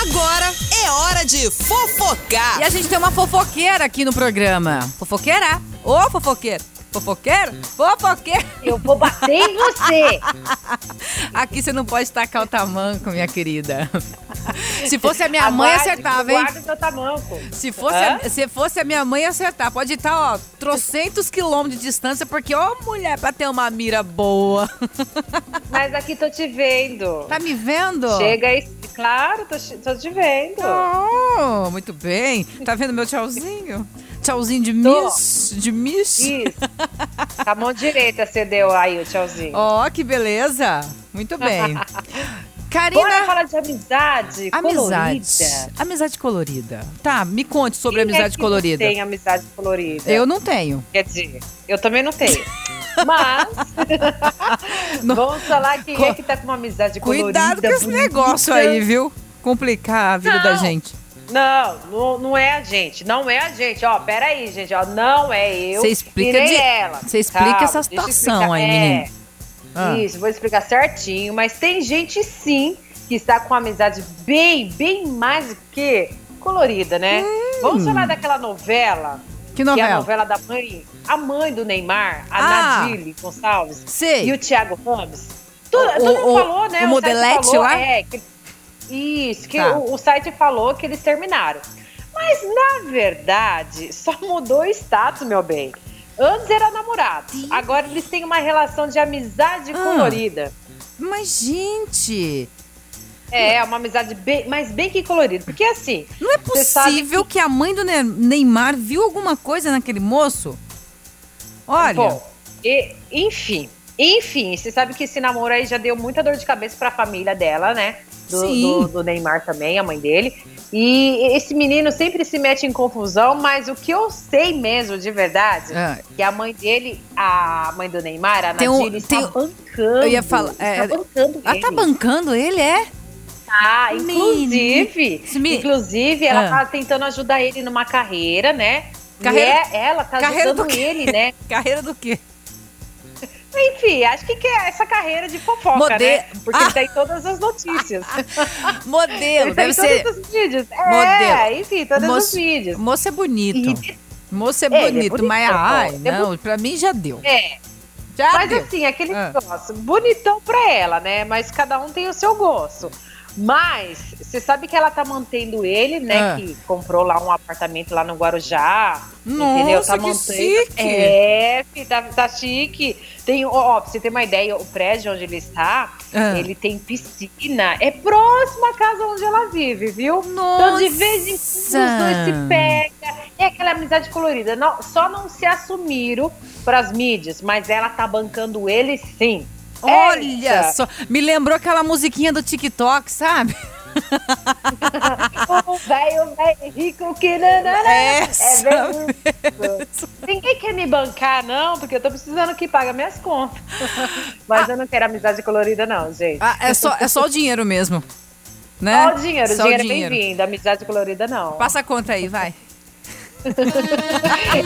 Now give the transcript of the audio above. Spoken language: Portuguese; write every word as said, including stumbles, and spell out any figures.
Agora é hora de fofocar. E a gente tem uma fofoqueira aqui no programa. Fofoqueira? Ô, fofoqueira. Fofoqueiro? Fofoqueiro. Eu vou bater em você. Aqui você não pode tacar o tamanco, minha querida. Se fosse a minha Aguarde, mãe, acertava, hein? Guarda o seu tamanco. Se fosse, a, se fosse a minha mãe, acertar. Pode estar, ó, trocentos quilômetros de distância, porque, ó, mulher, pra ter uma mira boa. Mas aqui tô te vendo. Tá me vendo? Chega aí. Claro, tô, tô te vendo. Oh, muito bem. Tá vendo meu tchauzinho? Tchauzinho de miss? De miss? Isso. Com a mão direita você deu aí o tchauzinho. Ó, oh, que beleza. Muito bem. Karina... Bora falar de amizade, amizade colorida. Amizade colorida. Tá, me conte sobre Quem amizade é que colorida. Tem amizade colorida. Eu não tenho. Quer dizer, eu também não tenho. Mas vamos falar quem Co... é que tá com uma amizade colorida. Cuidado com esse bonita. negócio aí, viu? Complicar a vida não, da gente. Não, não, não é a gente. Não é a gente. Ó, peraí, gente. Ó, não é eu. Você explica nem de... ela. Você explica Calma, essa situação aí, é, menina. Ah. Isso, vou explicar certinho. Mas tem gente sim que está com uma amizade bem, bem mais do que colorida, né? Hum. Vamos falar daquela novela. Que novela? Que é a novela da mãe, a mãe do Neymar, a ah, Nadile Gonçalves. Sei. E o Thiago Ramos. Tu, o, tu não o, falou, né? O, o modelete falou, lá? É, que, isso, que tá. o, o site falou que eles terminaram. Mas, na verdade, só mudou o status, meu bem. Antes era namorado. Sim. Agora eles têm uma relação de amizade ah, colorida. Mas, gente... É, uma amizade bem, mas bem que colorida. Porque assim... Não é possível que... que a mãe do Neymar viu alguma coisa naquele moço? Olha... Bom, e, enfim... Enfim, você sabe que esse namoro aí já deu muita dor de cabeça pra família dela, né? Do, do, do Neymar também, a mãe dele. E esse menino sempre se mete em confusão, mas o que eu sei mesmo, de verdade, é que a mãe dele, a mãe do Neymar, a Nadile, um, está tem... bancando. Eu ia falar... É, está bancando ela ele. tá bancando ele, é? Tá, inclusive, me... inclusive, ela ah. tá tentando ajudar ele numa carreira, né? Carreira... E é, ela tá carreira ajudando ele, né? Carreira do quê? Enfim, acho que é essa carreira de fofoca, Mode... né? Porque ah. ele tá em todas as notícias. Modelo, ele tá deve em ser... todos os vídeos. Modelo. É, enfim, todos moço, os vídeos. Moço é bonito. E... Moço é, é bonito, é mas ai, é não, bonito. Pra mim já deu. É. Já mas deu. assim, aquele ah. negócio, bonitão pra ela, né? Mas cada um tem o seu gosto. Mas, você sabe que ela tá mantendo ele, né? Ah. Que comprou lá um apartamento lá no Guarujá. Nossa, entendeu? Tá que mantendo. chique. É, tá, tá chique. Tem, ó, pra você ter uma ideia, o prédio onde ele está, ah. ele tem piscina. É próximo à casa onde ela vive, viu? Nossa. Então, de vez em quando, os dois se pegam. É aquela amizade colorida. Não, só não se assumiram pras mídias, mas ela tá bancando ele sim. Olha Eita. só, me lembrou aquela musiquinha do TikTok, sabe? O velho, velho rico que nanana. Essa é velho. Ninguém quer me bancar, não, porque eu tô precisando que pague minhas contas. Mas ah. eu não quero amizade colorida, não, gente. Ah, é só, é só o dinheiro mesmo, né? Só o dinheiro, só o dinheiro o dinheiro. é bem-vindo. Amizade colorida, não. Passa a conta aí, vai.